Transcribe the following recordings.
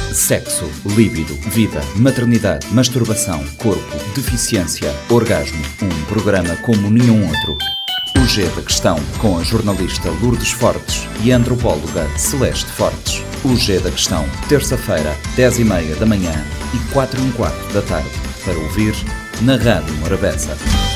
Sexo, líbido, vida, maternidade, masturbação, corpo, deficiência, orgasmo. Um programa como nenhum outro. O G da Questão, com a jornalista Lourdes Fortes e a antropóloga Celeste Fortes. O G da Questão, terça-feira, 10h30 da manhã e 4h15 da tarde. Para ouvir na Rádio Morabeza.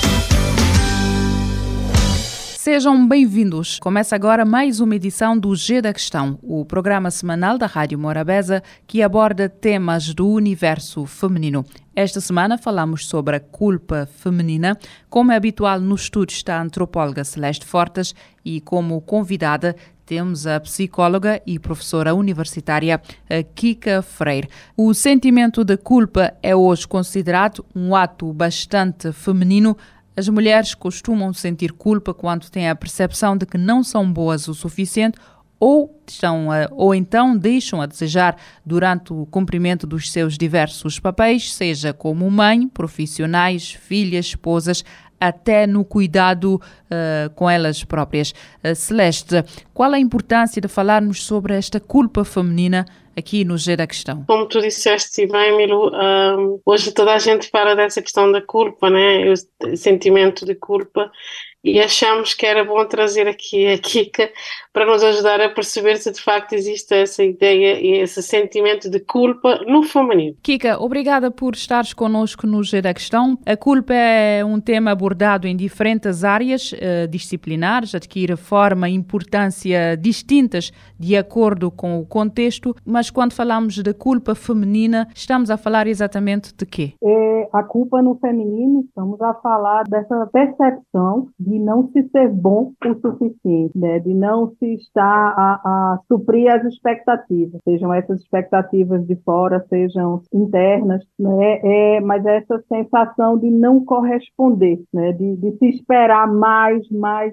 Sejam bem-vindos. Começa agora mais uma edição do G da Questão, o programa semanal da Rádio Morabeza que aborda temas do universo feminino. Esta semana falamos sobre a culpa feminina. Como é habitual, no estúdio está a antropóloga Celeste Fortes e como convidada temos a psicóloga e professora universitária Kika Freire. O sentimento de culpa é hoje considerado um ato bastante feminino. As mulheres costumam sentir culpa quando têm a percepção de que não são boas o suficiente ou então deixam a desejar durante o cumprimento dos seus diversos papéis, seja como mãe, profissionais, filhas, esposas, até no cuidado com elas próprias. Celeste, qual a importância de falarmos sobre esta culpa feminina aqui no G da Questão? Como tu disseste bem, Milu, hoje toda a gente fala dessa questão da culpa, né? O sentimento de culpa, e achamos que era bom trazer aqui a Kika para nos ajudar a perceber se de facto existe essa ideia e esse sentimento de culpa no feminino. Kika, obrigada por estares connosco no G da Questão. A culpa é um tema abordado em diferentes áreas disciplinares, adquire forma e importância distintas de acordo com o contexto, mas quando falamos de culpa feminina, estamos a falar exatamente de quê? A culpa no feminino, estamos a falar dessa percepção de não se ser bom o suficiente, né? De não se estar a suprir as expectativas, sejam essas expectativas de fora, sejam internas, né? Mas essa sensação de não corresponder, né? De se esperar mais,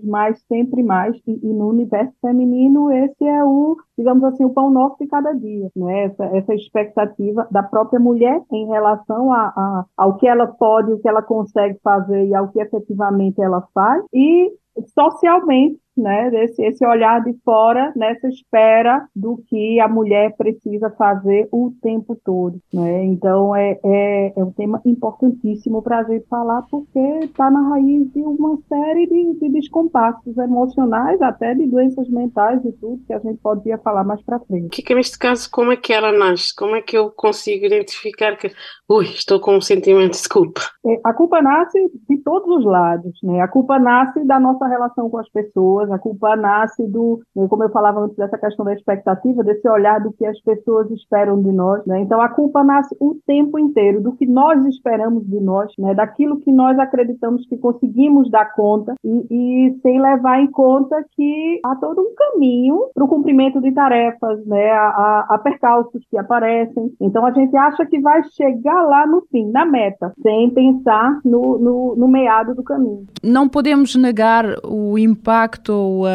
sempre mais, e no universo feminino esse é digamos assim, o pão nosso de cada dia, né? Essa expectativa da própria mulher em relação ao que ela pode, o que ela consegue fazer e ao que efetivamente ela faz, e socialmente, né, esse olhar de fora nessa espera do que a mulher precisa fazer o tempo todo, né? Então é um tema importantíssimo para a gente falar, porque está na raiz de uma série de descompassos emocionais, até de doenças mentais e tudo, que a gente poderia falar mais para frente. Kika, neste caso, como é que ela nasce? Como é que eu consigo identificar que estou com um sentimento de culpa? A culpa nasce de todos os lados, né? A culpa nasce da nossa relação com as pessoas, a culpa nasce como eu falava antes, dessa questão da expectativa, desse olhar do que as pessoas esperam de nós, né? Então a culpa nasce o tempo inteiro do que nós esperamos de nós, né? Daquilo que nós acreditamos que conseguimos dar conta, e sem levar em conta que há todo um caminho para o cumprimento de tarefas, né? Há percalços que aparecem. Então a gente acha que vai chegar lá no fim, na meta, sem pensar no meado do caminho. Não podemos negar o impacto,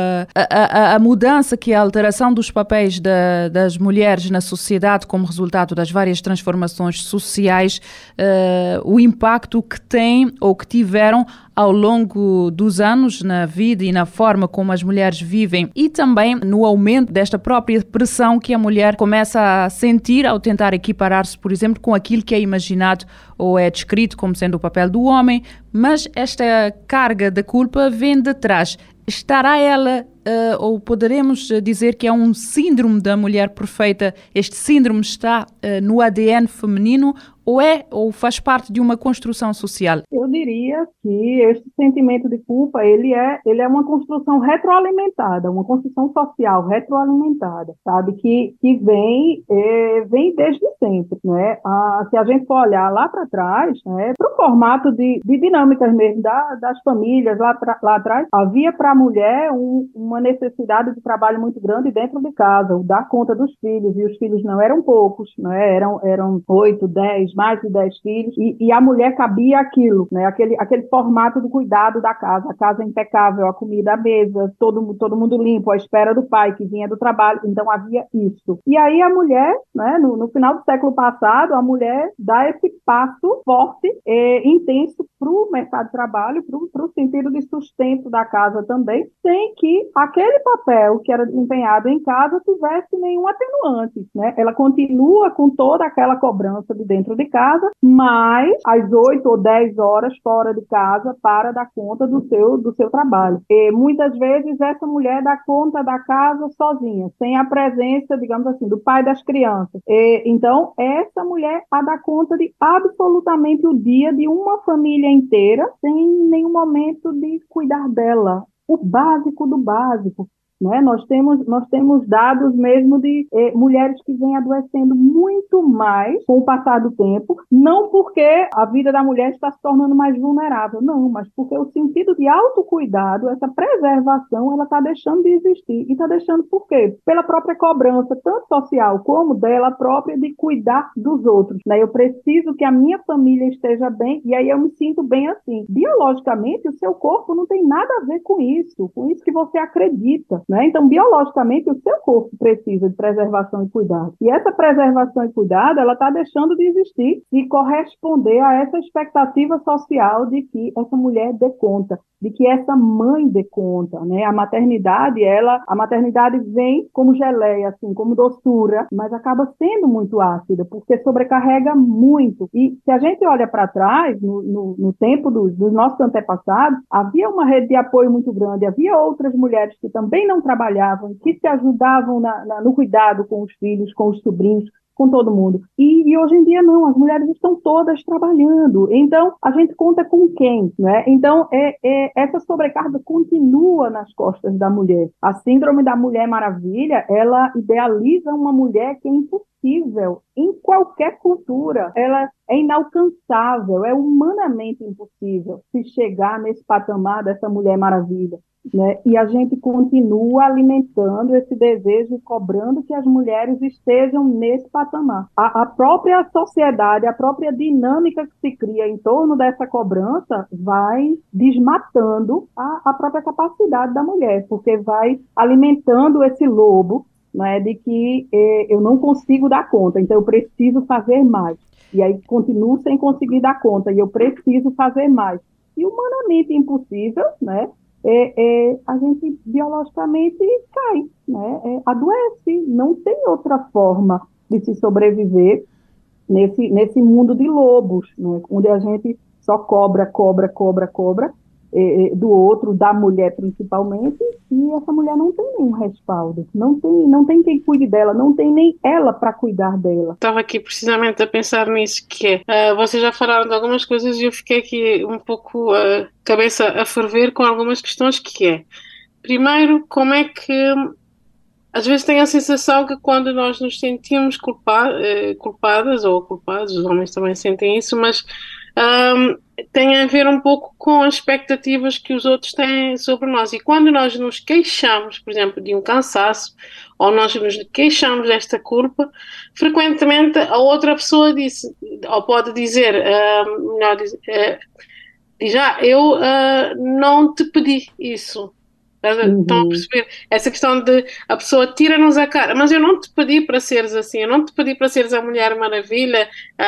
a mudança que a alteração dos papéis das mulheres na sociedade como resultado das várias transformações sociais, o impacto que têm ou que tiveram ao longo dos anos na vida e na forma como as mulheres vivem, e também no aumento desta própria pressão que a mulher começa a sentir ao tentar equiparar-se, por exemplo, com aquilo que é imaginado ou é descrito como sendo o papel do homem, mas esta carga da culpa vem de trás. Estará ela, ou poderemos dizer que é um síndrome da mulher perfeita? Este síndrome está no ADN feminino ou faz parte de uma construção social? Eu diria que esse sentimento de culpa, ele é uma construção retroalimentada, uma construção social retroalimentada, sabe? Que vem desde sempre, né? Se a gente for olhar lá para trás, né, para o formato de dinâmicas mesmo das famílias, lá atrás, havia para a mulher uma necessidade de trabalho muito grande dentro de casa, o dar conta dos filhos, e os filhos não eram poucos, né? Eram 8, 10, mais de 10 filhos, e a mulher cabia aquilo, né? Aquele formato do cuidado da casa, a casa impecável, a comida à mesa, todo mundo limpo, à espera do pai que vinha do trabalho. Então havia isso. E aí a mulher, né, no final do século passado, a mulher dá esse passo forte, intenso para o mercado de trabalho, para o sentido de sustento da casa também, sem que aquele papel que era desempenhado em casa tivesse nenhum atenuante, né? Ela continua com toda aquela cobrança de dentro de casa, mas às 8 ou 10 horas fora de casa para dar conta do seu trabalho. E muitas vezes essa mulher dá conta da casa sozinha, sem a presença, digamos assim, do pai das crianças. Então, essa mulher a dá conta de absolutamente o dia de uma família inteira, sem nenhum momento de cuidar dela. O básico do básico. Né? Nós temos dados mesmo de mulheres que vêm adoecendo muito mais com o passar do tempo, não porque a vida da mulher está se tornando mais vulnerável, não, mas porque o sentido de autocuidado, essa preservação, ela está deixando de existir. E está deixando por quê? Pela própria cobrança, tanto social como dela própria, de cuidar dos outros. Né? Eu preciso que a minha família esteja bem, e aí eu me sinto bem assim. Biologicamente, o seu corpo não tem nada a ver com isso que você acredita. Né? Então, biologicamente, o seu corpo precisa de preservação e cuidado. E essa preservação e cuidado, ela está deixando de existir e corresponder a essa expectativa social de que essa mulher dê conta, de que essa mãe dê conta, né? A maternidade vem como geleia, assim, como doçura, mas acaba sendo muito ácida, porque sobrecarrega muito. E se a gente olha para trás, no tempo dos nossos antepassados, havia uma rede de apoio muito grande, havia outras mulheres que também não trabalhavam, que se ajudavam no cuidado com os filhos, com os sobrinhos, com todo mundo. E hoje em dia não, as mulheres estão todas trabalhando. Então, a gente conta com quem? Né? Então, essa sobrecarga continua nas costas da mulher. A síndrome da Mulher Maravilha, ela idealiza uma mulher que é impossível em qualquer cultura. Ela é inalcançável, é humanamente impossível se chegar nesse patamar dessa Mulher Maravilha. Né? E a gente continua alimentando esse desejo e cobrando que as mulheres estejam nesse patamar. A própria sociedade, a própria dinâmica que se cria em torno dessa cobrança vai desmatando a própria capacidade da mulher, porque vai alimentando esse lobo, né, de que eu não consigo dar conta, então eu preciso fazer mais. E aí continuo sem conseguir dar conta, e eu preciso fazer mais. E humanamente impossível, né? A gente biologicamente cai, né? Adoece, não tem outra forma de se sobreviver nesse mundo de lobos, né? Onde a gente só cobra do outro, da mulher principalmente, e essa mulher não tem nenhum respaldo, não tem quem cuide dela, não tem nem ela para cuidar dela. Estava aqui precisamente a pensar nisso, vocês já falaram de algumas coisas e eu fiquei aqui um pouco cabeça a ferver com algumas questões primeiro, como é que às vezes tenho a sensação que quando nós nos sentimos culpadas ou culpados, os homens também sentem isso, mas tem a ver um pouco com as expectativas que os outros têm sobre nós. E quando nós nos queixamos, por exemplo, de um cansaço, ou nós nos queixamos desta culpa, frequentemente a outra pessoa ou pode dizer, melhor dizer, eu não te pedi isso. Estão a perceber? Essa questão de a pessoa tira-nos a cara, mas eu não te pedi para seres assim, eu não te pedi para seres a Mulher Maravilha,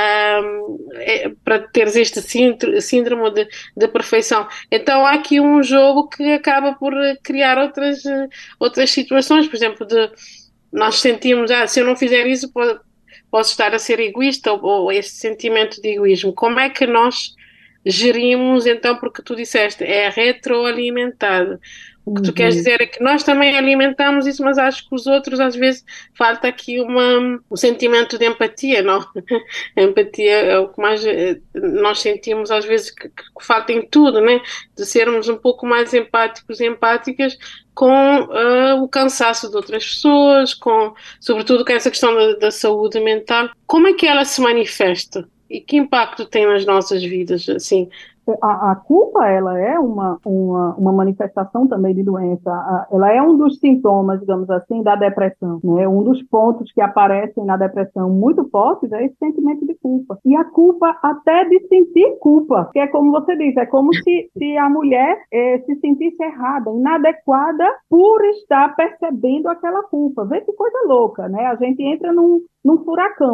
para teres este síndrome de perfeição. Então há aqui um jogo que acaba por criar outras situações, por exemplo, nós sentimos, se eu não fizer isso, posso estar a ser egoísta, ou este sentimento de egoísmo. Como é que nós gerimos, então, porque tu disseste, é retroalimentado. O que tu queres dizer é que nós também alimentamos isso, mas acho que os outros, às vezes, falta aqui um sentimento de empatia, não? A empatia é o que mais nós sentimos, às vezes, que falta em tudo, né? De sermos um pouco mais empáticos e empáticas com o cansaço de outras pessoas, sobretudo com essa questão da saúde mental. Como é que ela se manifesta? E que impacto tem nas nossas vidas, assim? A culpa, ela é uma manifestação também de doença, ela é um dos sintomas, digamos assim, da depressão, né? Um dos pontos que aparecem na depressão muito fortes é esse sentimento de culpa. E a culpa até de sentir culpa, que é como você diz, é como se a mulher se sentisse errada, inadequada por estar percebendo aquela culpa. Vê que coisa louca, né? A gente entra num furacão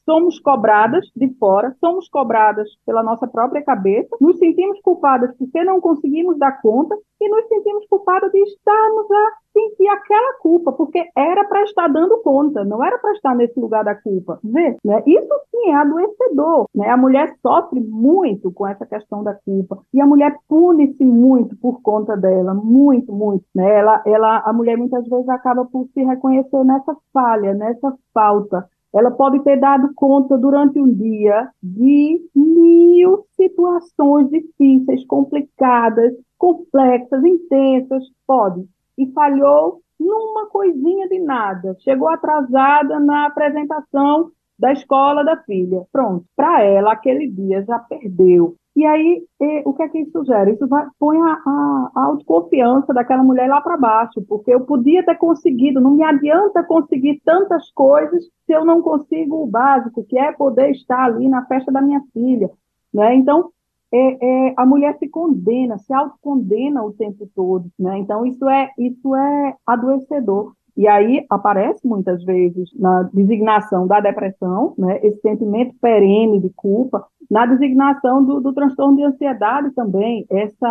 somos cobradas de fora, somos cobradas pela nossa própria cabeça, nos sentimos culpadas porque não conseguimos dar conta e nos sentimos culpadas de estarmos a sentir aquela culpa, porque era para estar dando conta, não era para estar nesse lugar da culpa. Vê, né? Isso sim é adoecedor, né? A mulher sofre muito com essa questão da culpa e a mulher pune-se muito por conta dela, muito, muito, né? A mulher muitas vezes acaba por se reconhecer nessa falha, nessa falta. Ela pode ter dado conta durante um dia de 1000 situações difíceis, complicadas, complexas, intensas, pode. E falhou numa coisinha de nada. Chegou atrasada na apresentação da escola da filha. Pronto. Para ela, aquele dia já perdeu. E aí, o que é que isso gera? Isso põe a autoconfiança daquela mulher lá para baixo, porque eu podia ter conseguido, não me adianta conseguir tantas coisas se eu não consigo o básico, que é poder estar ali na festa da minha filha, né? Então, a mulher se condena, se autocondena o tempo todo, né? Então, isso é adoecedor. E aí aparece muitas esse na designação da depressão, né? Esse sentimento perene de culpa, na designação do transtorno de ansiedade também,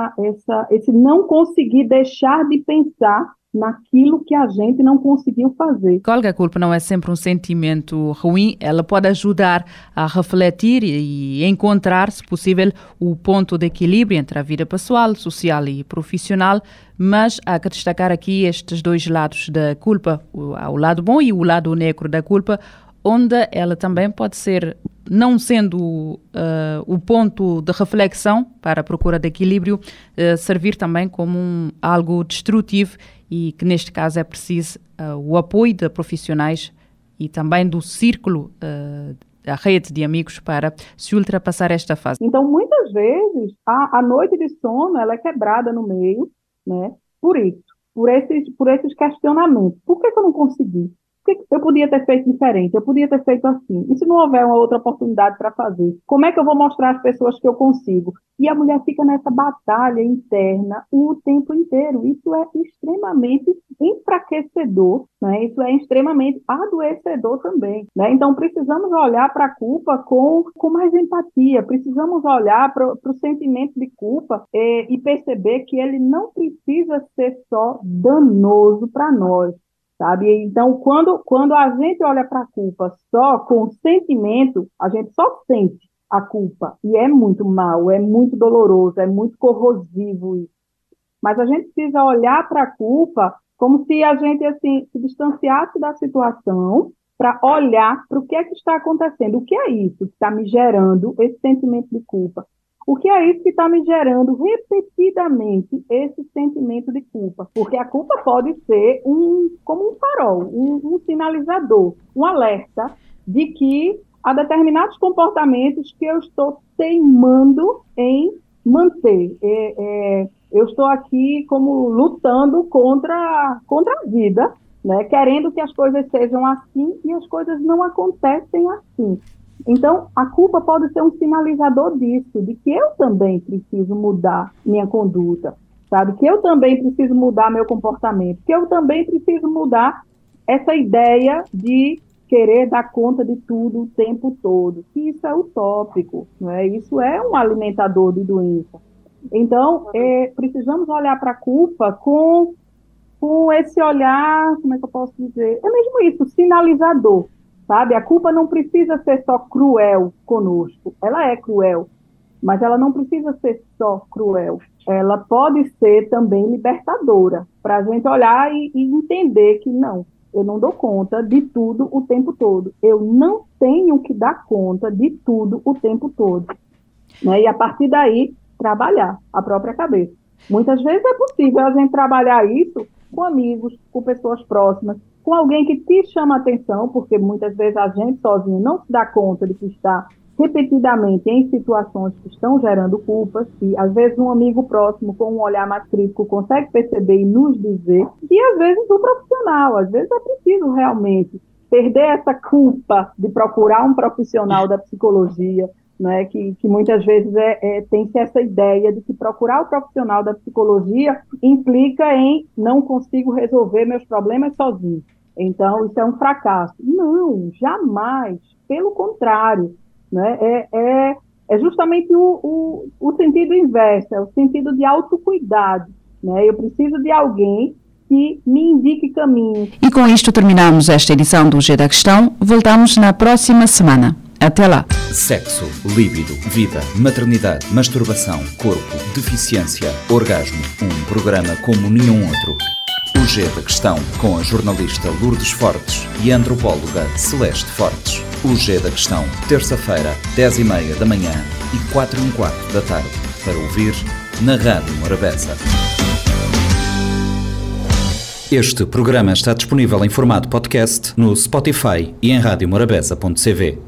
esse não conseguir deixar de pensar naquilo que a gente não conseguiu fazer. Olga, a culpa não é sempre um sentimento ruim, ela pode ajudar a refletir e encontrar, se possível, o ponto de equilíbrio entre a vida pessoal, social e profissional, mas há que destacar aqui estes dois lados da culpa, o lado bom e o lado negro da culpa, onde ela também pode ser, não sendo o ponto de reflexão para a procura de equilíbrio, servir também como algo destrutivo e que neste caso é preciso o apoio de profissionais e também do círculo, da rede de amigos para se ultrapassar esta fase. Então, muitas vezes, a noite de sono ela é quebrada no meio, né? Por isso, por esses questionamentos. Por que eu não consegui? Eu podia ter feito diferente, eu podia ter feito assim. E se não houver uma outra oportunidade para fazer? Como é que eu vou mostrar às pessoas que eu consigo? E a mulher fica nessa batalha interna o tempo inteiro. Isso é extremamente enfraquecedor, né? Isso é extremamente adoecedor também, né? Então, precisamos olhar para a culpa com mais empatia, precisamos olhar para o sentimento de culpa e perceber que ele não precisa ser só danoso para nós. Sabe? Então, quando a gente olha para a culpa só com sentimento, a gente só sente a culpa. E é muito mal, é muito doloroso, é muito corrosivo isso. Mas a gente precisa olhar para a culpa como se a gente assim, se distanciasse da situação para olhar para o que é que está acontecendo. O que é isso que está me gerando esse sentimento de culpa? O que é isso que está me gerando repetidamente esse sentimento de culpa? Porque a culpa pode ser como um farol, um sinalizador, um alerta de que há determinados comportamentos que eu estou teimando em manter. Eu estou aqui como lutando contra a vida, né? Querendo que as coisas sejam assim e as coisas não acontecem assim. Então, a culpa pode ser um sinalizador disso, de que eu também preciso mudar minha conduta, sabe? Que eu também preciso mudar meu comportamento, que eu também preciso mudar essa ideia de querer dar conta de tudo o tempo todo. Que isso é utópico, não é? Isso é um alimentador de doença. Então, precisamos olhar para a culpa com esse olhar, como é que eu posso dizer? É mesmo isso, sinalizador. Sabe? A culpa não precisa ser só cruel conosco. Ela é cruel, mas ela não precisa ser só cruel. Ela pode ser também libertadora, para a gente olhar e entender que não, eu não dou conta de tudo o tempo todo. Eu não tenho que dar conta de tudo o tempo todo. Né? E a partir daí, trabalhar a própria cabeça. Muitas vezes é possível a gente trabalhar isso com amigos, com pessoas próximas, com alguém que te chama a atenção, porque muitas vezes a gente sozinho não se dá conta de que está repetidamente em situações que estão gerando culpas, e às vezes um amigo próximo com um olhar mais crítico consegue perceber e nos dizer, e às vezes o profissional, às vezes é preciso realmente perder essa culpa de procurar um profissional da psicologia, né, que muitas vezes tem-se essa ideia de que procurar o profissional da psicologia implica em não consigo resolver meus problemas sozinho. Então, isso é um fracasso. Não, jamais. Pelo contrário, né? É justamente o sentido inverso, é o sentido de autocuidado, né? Eu preciso de alguém que me indique caminhos. E com isto terminamos esta edição do G da Questão. Voltamos na próxima semana. Até lá. Sexo, líbido, vida, maternidade, masturbação, corpo, deficiência, orgasmo. Um programa como nenhum outro. O G da Questão, com a jornalista Lourdes Fortes e a antropóloga Celeste Fortes. O G da Questão, terça-feira, 10h30 da manhã e 4h15 da tarde. Para ouvir na Rádio Morabeza. Este programa está disponível em formato podcast no Spotify e em radiomorabeza.cv.